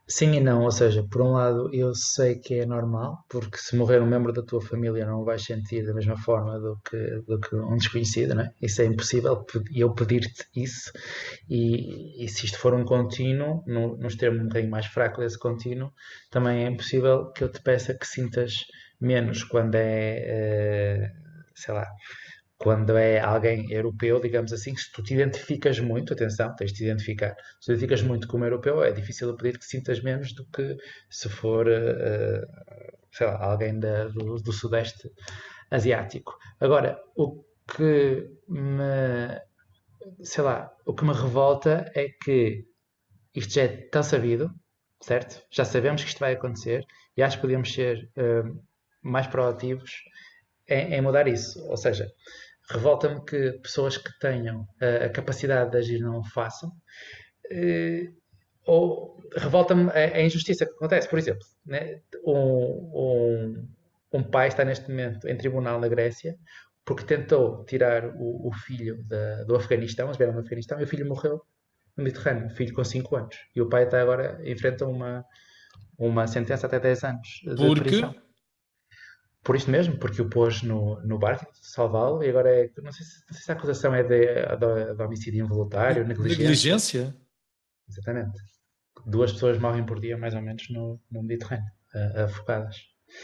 Sim e não, ou seja, por um lado eu sei que é normal, porque se morrer um membro da tua família não vais sentir da mesma forma do que, do que um desconhecido, não é? Isso é impossível, e eu pedir-te isso, e, e se isto for um contínuo, no, nos termos um bocadinho mais fraco desse contínuo, também é impossível que eu te peça que sintas menos quando é, eh, sei lá, quando é alguém europeu, digamos assim, se tu te identificas muito, atenção, tens de te identificar, se tu te identificas muito como europeu, é difícil eu pedir que sintas menos do que se for, uh, sei lá, alguém da, do, do Sudeste Asiático. Agora, o que me, sei lá, o que me revolta é que isto já é tão sabido, certo? Já sabemos que isto vai acontecer e acho que podíamos ser uh, mais proativos em, em mudar isso. Ou seja, revolta-me que pessoas que tenham a, a capacidade de agir não o façam. Eh, ou revolta-me a, a injustiça que acontece. Por exemplo, né, um, um, um pai está neste momento em tribunal na Grécia porque tentou tirar o, o filho da, do Afeganistão, eles vieram do Afeganistão, e o filho morreu no Mediterrâneo, o filho com cinco anos. E o pai até agora enfrenta uma, uma sentença até dez anos de Porque prisão. Por isto mesmo, porque o pôs no, no barco, salvá-lo, e agora é, não sei, se, não sei se a acusação é de, de, de homicídio involuntário, negligência. negligência. Exatamente. Duas pessoas morrem por dia, mais ou menos, no, no Mediterrâneo, uh, afogadas.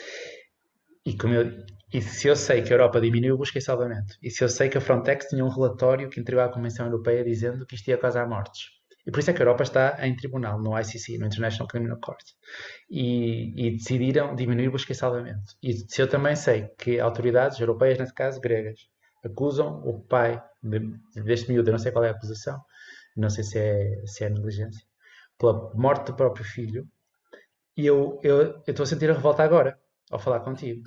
E, como eu, e se eu sei que a Europa diminuiu busca e salvamento, e se eu sei que a Frontex tinha um relatório que entregou à Convenção Europeia dizendo que isto ia causar mortes. E por isso é que a Europa está em tribunal, no I C C, no International Criminal Court. E, e decidiram diminuir busca e salvamento. E se eu também sei que autoridades europeias, nesse caso gregas, acusam o pai de, deste miúdo, eu não sei qual é a acusação, não sei se é, se é negligência, pela morte do próprio filho, e eu eu eu estou a sentir a revolta agora, ao falar contigo.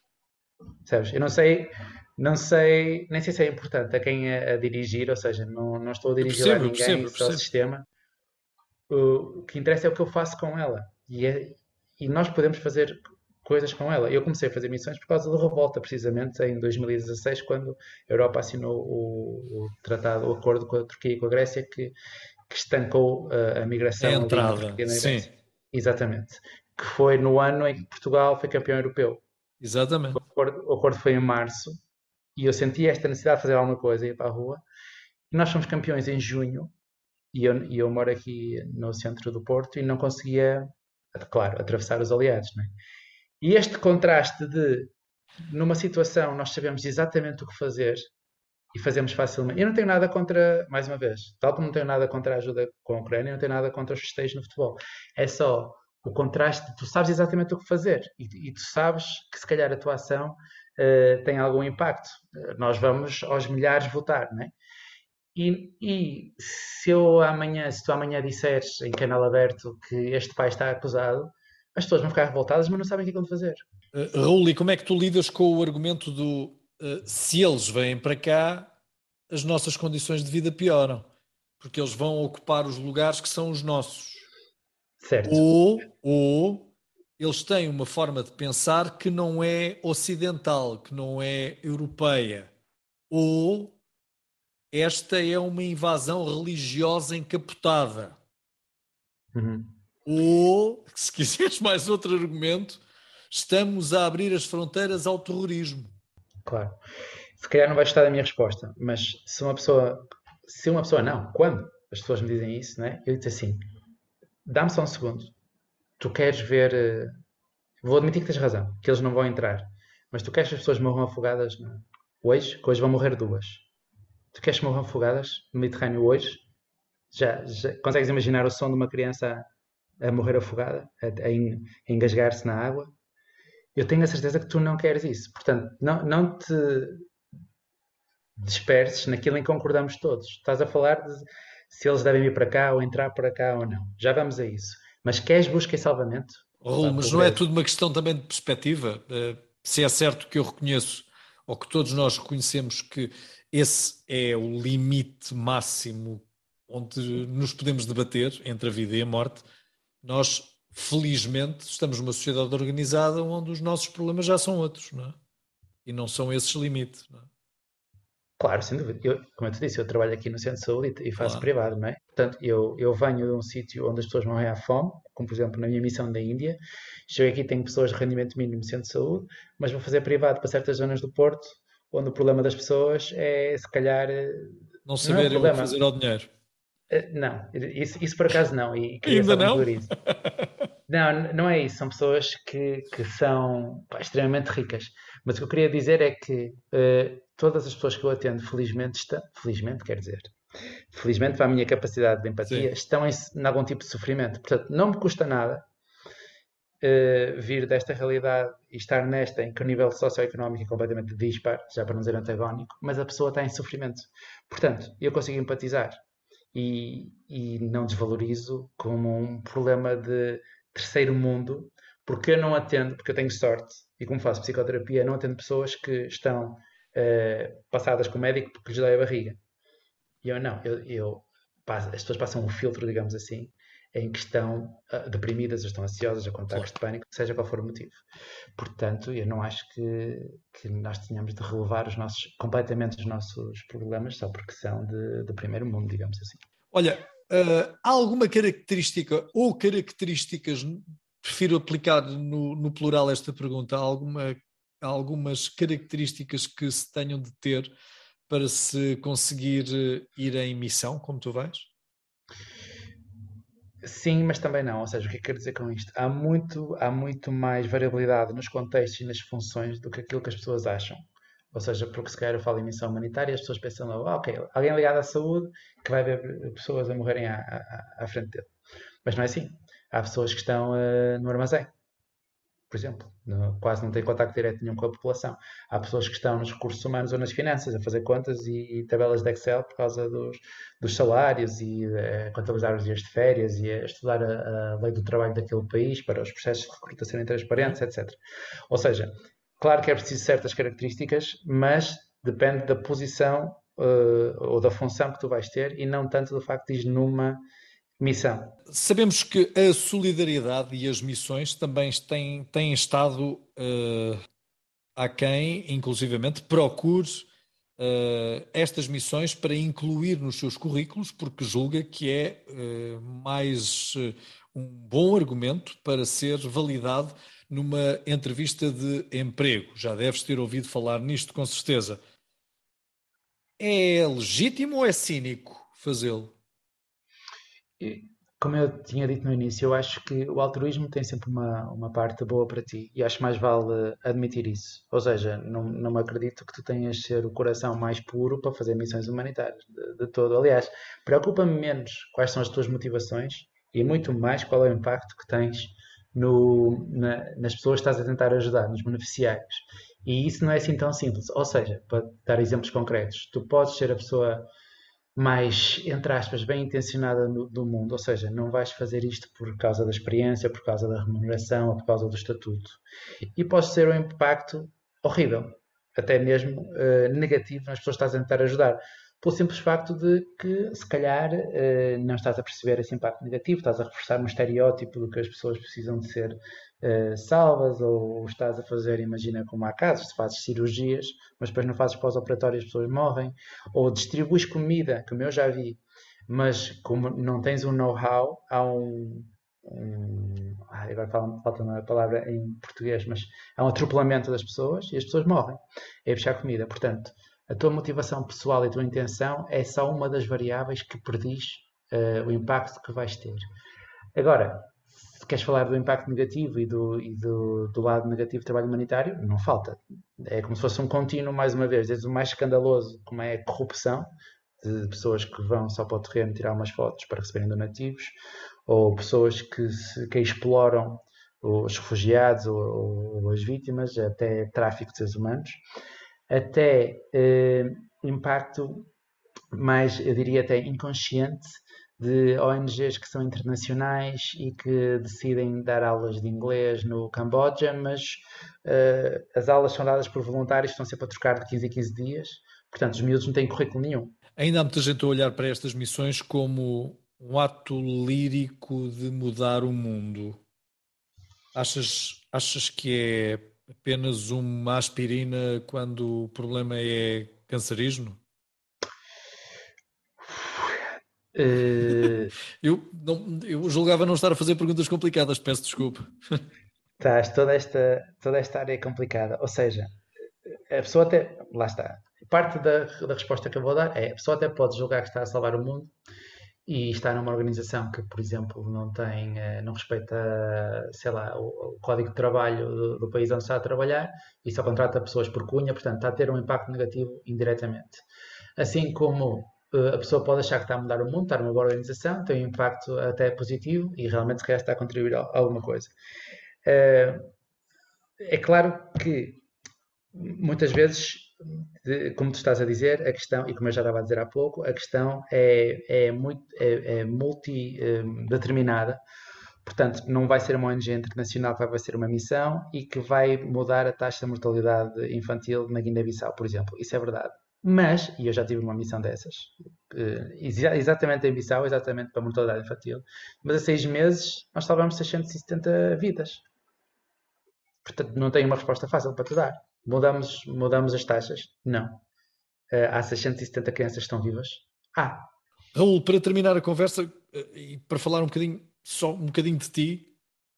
Sabes? Eu não sei, não sei, nem sei se é importante a quem a, a dirigir, ou seja, não, não estou a Eu dirigir lá percebo, eu ninguém, percebo, eu só ao percebo. sistema. O, o que interessa é o que eu faço com ela. E, é- e nós podemos fazer coisas com ela. Eu comecei a fazer missões por causa da revolta, precisamente em dois mil e dezasseis, quando a Europa assinou o, o tratado, o acordo com a Turquia e com a Grécia, que, que estancou a, a É a migração ali na entrada, Turquia e na sim, Grécia. Exatamente. Que foi no ano em que Portugal foi campeão europeu. O exatamente. acordo, o acordo foi em março e eu senti esta necessidade de fazer alguma coisa, ir para a rua. E nós fomos campeões em junho e eu, e eu moro aqui no centro do Porto e não conseguia, claro, atravessar os aliados, né? E este contraste de, numa situação, nós sabemos exatamente o que fazer e fazemos facilmente. Eu não tenho nada contra, mais uma vez, tal como não tenho nada contra a ajuda com a Ucrânia, não tenho nada contra os festejos no futebol. É só o contraste, tu sabes exatamente o que fazer e, e tu sabes que se calhar a tua ação uh, tem algum impacto. Uh, nós vamos aos milhares votar, não é? E, e se eu amanhã, se tu amanhã disseres em canal aberto que este pai está acusado, as pessoas vão ficar revoltadas, mas não sabem o que é que vão fazer. Uh, Raul, e como é que tu lidas com o argumento do uh, se eles vêm para cá, as nossas condições de vida pioram, porque eles vão ocupar os lugares que são os nossos. Certo. Ou, ou eles têm uma forma de pensar que não é ocidental, que não é europeia. Ou esta é uma invasão religiosa encapotada. Uhum. Ou, se quiseres mais outro argumento, estamos a abrir as fronteiras ao terrorismo. Claro. Se calhar não vais gostar da minha resposta, mas se uma pessoa, se uma pessoa não, quando as pessoas me dizem isso, né, eu digo assim, dá-me só um segundo. Tu queres ver, eh, vou admitir que tens razão, que eles não vão entrar, mas tu queres que as pessoas morram afogadas, não é? Hoje, que hoje vão morrer duas. Tu queres que morram afogadas no Mediterrâneo hoje? Já, já consegues imaginar o som de uma criança a, a morrer afogada, a, a en- a engasgar-se na água? Eu tenho a certeza que tu não queres isso. Portanto, não, não te disperses naquilo em que concordamos todos. Estás a falar de se eles devem vir para cá ou entrar para cá ou não. Já vamos a isso. Mas queres busca e salvamento? Raul, Para a mas não é pobreza. tudo uma questão também de perspectiva? Uh, se é certo que eu reconheço, ou que todos nós reconhecemos que esse é o limite máximo onde nos podemos debater entre a vida e a morte, nós, felizmente, estamos numa sociedade organizada onde os nossos problemas já são outros, não é? E não são esses limites, não é? Claro, sem dúvida. Eu, como eu te disse, eu trabalho aqui no centro de saúde e, e faço Claro. privado, não é? Portanto, eu, eu venho de um sítio onde as pessoas morrem à fome, como por exemplo na minha missão da Índia. Chego aqui, tenho pessoas de rendimento mínimo no centro de saúde, mas vou fazer privado para certas zonas do Porto, onde o problema das pessoas é, se calhar, eh, Não não é um saberem o que problema. fazer ao dinheiro. Eh, Não, isso, isso por acaso não, e queria Ainda só não? concluir isso. Não, n- não é isso. São pessoas que, que são pá, extremamente ricas. Mas o que eu queria dizer é que eh, todas as pessoas que eu atendo, felizmente, estão, felizmente, quer dizer, felizmente para a minha capacidade de Sim. empatia, estão em, em algum tipo de sofrimento. Portanto, não me custa nada eh, vir desta realidade e estar nesta em que o nível socioeconómico é completamente dispar, já para não dizer antagónico, mas a pessoa está em sofrimento. Portanto, eu consigo empatizar e, e não desvalorizo como um problema de terceiro mundo, porque eu não atendo, porque eu tenho sorte, e como faço psicoterapia, não atendo pessoas que estão eh, passadas com o médico porque lhes dói a barriga. E eu não, eu, eu passo- as pessoas passam um filtro, digamos assim, em que estão ah, deprimidas, ou estão ansiosas, ou com ataques Claro. de pânico, seja qual for o motivo. Portanto, eu não acho que, que nós tenhamos de relevar os nossos, completamente os nossos problemas só porque são de, de primeiro mundo, digamos assim. Olha, ah, há alguma característica ou características, prefiro aplicar no, no plural esta pergunta, há alguma, há algumas características que se tenham de ter para se conseguir eh, ir em missão, como tu vais? Sim, mas também não. Ou seja, o que é que quero dizer com isto? Há muito, há muito mais variabilidade nos contextos e nas funções do que aquilo que as pessoas acham. Ou seja, porque se calhar eu falo em missão humanitária, as pessoas pensam logo, ah, ok, alguém ligado à saúde que vai ver pessoas a morrerem à, à, à frente dele. Mas não é assim. Há pessoas que estão uh, no armazém, por exemplo, no, quase não têm contacto direto nenhum com a população. Há pessoas que estão nos recursos humanos ou nas finanças a fazer contas e, e tabelas de Excel por causa dos, dos salários e a contabilizar os dias de férias e a estudar a, a lei do trabalho daquele país para os processos de recrutação serem transparentes, Uhum. etcétera. Ou seja, claro que é preciso certas características, mas depende da posição uh, ou da função que tu vais ter e não tanto do facto de ir numa missão. Sabemos que a solidariedade e as missões também têm, têm estado eh, há quem, inclusivamente, procure eh, estas missões para incluir nos seus currículos, porque julga que é eh, mais eh, um bom argumento para ser validado numa entrevista de emprego. Já deves ter ouvido falar nisto, com certeza. É legítimo ou é cínico fazê-lo? E, como eu tinha dito no início, eu acho que o altruísmo tem sempre uma, uma parte boa para ti e acho mais vale admitir isso. Ou seja, não, não me acredito que tu tenhas de ser o coração mais puro para fazer missões humanitárias, de, de todo. Aliás, preocupa-me menos quais são as tuas motivações e muito mais qual é o impacto que tens no, na- nas pessoas que estás a tentar ajudar, nos beneficiários. E isso não é assim tão simples. Ou seja, para dar exemplos concretos, tu podes ser a pessoa mais, entre aspas, bem intencionada no- do mundo, ou seja, não vais fazer isto por causa da experiência, por causa da remuneração ou por causa do estatuto. E pode ser um impacto horrível, até mesmo eh, negativo nas pessoas que estás a tentar ajudar, pelo simples facto de que, se calhar, eh, não estás a perceber esse impacto negativo, estás a reforçar um estereótipo do que as pessoas precisam de ser eh, salvas, ou estás a fazer, imagina como há casos, se fazes cirurgias, mas depois não fazes pós-operatório e as pessoas morrem, ou distribuis comida, como eu já vi, mas como não tens um know-how, há um, um ai, agora falta uma palavra em português, mas há um atropelamento das pessoas e as pessoas morrem. É buscar comida. Portanto, a tua motivação pessoal e a tua intenção é só uma das variáveis que prediz uh, o impacto que vais ter. Agora, se queres falar do impacto negativo e do, e do, do lado negativo do trabalho humanitário, não falta. É como se fosse um contínuo, mais uma vez, desde o mais escandaloso, como é a corrupção, de pessoas que vão só para o terreno tirar umas fotos para receberem donativos, ou pessoas que, se, que exploram os refugiados ou, ou as vítimas, até tráfico de seres humanos, até eh, impacto mais, eu diria até inconsciente, de O N Gs que são internacionais e que decidem dar aulas de inglês no Camboja, mas uh, as aulas são dadas por voluntários que estão sempre a trocar de quinze em quinze dias. Portanto, os miúdos não têm currículo nenhum. Ainda há muita gente a olhar para estas missões como um ato lírico de mudar o mundo. Achas, achas que é apenas uma aspirina quando o problema é cancerígeno? Uh, eu, não, eu julgava não estar a fazer perguntas complicadas, peço desculpa. Tás, toda esta, toda esta área é complicada. Ou seja, a pessoa até. Lá está. Parte da, da resposta que eu vou dar é: a pessoa até pode julgar que está a salvar o mundo e está numa organização que, por exemplo, não tem, eh, não respeita, sei lá, o, o código de trabalho do, do país onde está a trabalhar e só contrata pessoas por cunha, portanto, está a ter um impacto negativo indiretamente. Assim como eh, a pessoa pode achar que está a mudar o mundo, está numa boa organização, tem um impacto até positivo e realmente se calhar está a contribuir a, a alguma coisa. Eh, É claro que muitas vezes, como tu estás a dizer, a questão, e como eu já estava a dizer há pouco, a questão é, é, muito, é, é multideterminada. Portanto, não vai ser uma O N G internacional que vai ser uma missão e que vai mudar a taxa de mortalidade infantil na Guiné-Bissau, por exemplo. Isso é verdade. Mas, e eu já tive uma missão dessas, exatamente em Bissau, exatamente para a mortalidade infantil, mas a seis meses nós salvamos seiscentas e setenta vidas. Portanto, não tenho uma resposta fácil para te dar. Mudamos, mudamos as taxas? Não. Uh, há seiscentas e setenta crianças que estão vivas? Ah. Raul, para terminar a conversa e para falar um bocadinho, só um bocadinho de ti,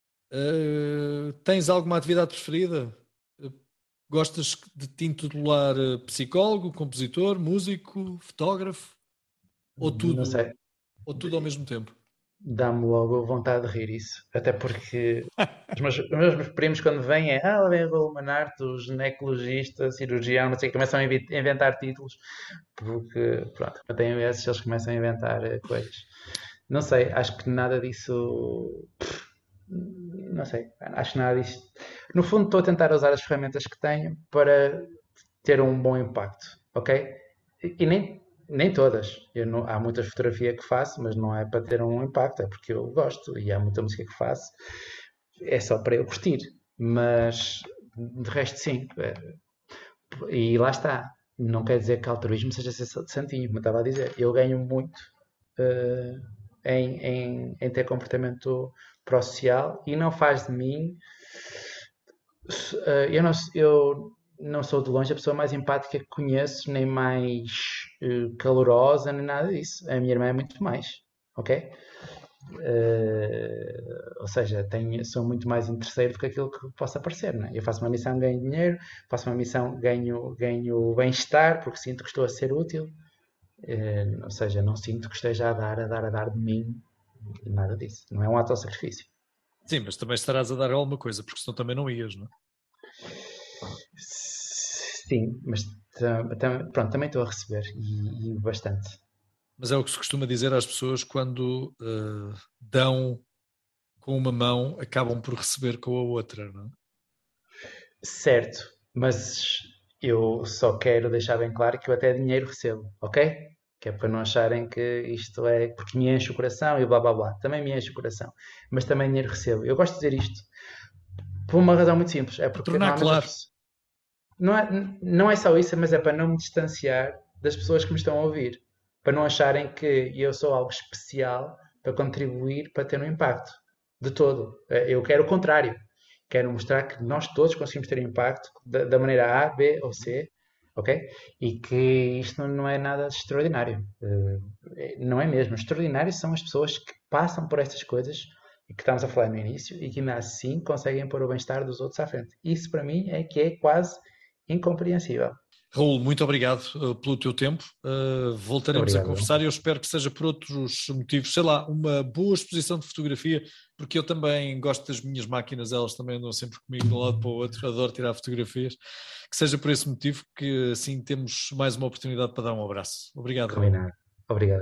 uh, tens alguma atividade preferida? Uh, gostas de te intitular psicólogo, compositor, músico, fotógrafo? Ou tudo, não sei. Ou tudo ao mesmo tempo? Dá-me logo vontade de rir isso. Até porque os meus, os meus primos, quando vêm, é ah, lá vem o Raul Manarte, o ginecologista, cirurgião, não sei, começam a inventar títulos, porque, pronto, quando têm esses, eles começam a inventar coisas. Não sei, acho que nada disso. Não sei, acho que nada disso. No fundo, estou a tentar usar as ferramentas que tenho para ter um bom impacto, ok? E nem. Nem todas. Eu não, há muita fotografia que faço, mas não é para ter um impacto, é porque eu gosto. E há muita música que faço, é só para eu curtir. Mas, de resto, sim. E lá está. Não quer dizer que altruísmo seja ser santinho, como eu estava a dizer. Eu ganho muito uh, em, em, em ter comportamento pró-social e não faz de mim... Uh, eu não... Eu, não sou de longe a pessoa mais empática que conheço, nem mais uh, calorosa, nem nada disso. A minha irmã é muito mais, ok? Uh, ou seja, tenho, sou muito mais interesseiro do que aquilo que possa parecer, não é? Eu faço uma missão, ganho dinheiro, faço uma missão, ganho, ganho bem-estar, porque sinto que estou a ser útil. Uh, ou seja, não sinto que esteja a dar, a dar, a dar de mim, nada disso. Não é um ato ao sacrifício. Sim, mas também estarás a dar alguma coisa, porque senão também não ias, não é? Sim, mas pronto, também estou a receber e, e bastante. Mas é o que se costuma dizer às pessoas quando uh, dão com uma mão, acabam por receber com a outra, não é? Certo, mas eu só quero deixar bem claro que eu até dinheiro recebo, ok? Que é para não acharem que isto é porque me enche o coração e blá blá blá. Também me enche o coração, mas também dinheiro recebo. Eu gosto de dizer isto por uma razão muito simples. É porque tornar claro. Não é, não é só isso, mas é para não me distanciar das pessoas que me estão a ouvir. Para não acharem que eu sou algo especial para contribuir para ter um impacto. De todo. Eu quero o contrário. Quero mostrar que nós todos conseguimos ter impacto da, da maneira A, B ou C, ok? E que isto não é nada extraordinário. Não é mesmo. Extraordinário são as pessoas que passam por estas coisas e que estamos a falar no início e que ainda assim conseguem pôr o bem-estar dos outros à frente. Isso para mim é que é quase incompreensível. Raul, muito obrigado uh, pelo teu tempo. Uh, voltaremos obrigado. a conversar e eu espero que seja por outros motivos. Sei lá, uma boa exposição de fotografia, porque eu também gosto das minhas máquinas, elas também andam sempre comigo de um lado para o outro, adoro tirar fotografias. Que seja por esse motivo que assim temos mais uma oportunidade para dar um abraço. Obrigado, Raul. Obrigado.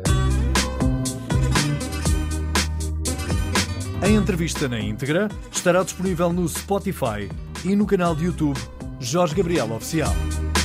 A entrevista na íntegra estará disponível no Spotify e no canal de YouTube Jorge Gabriel Oficial.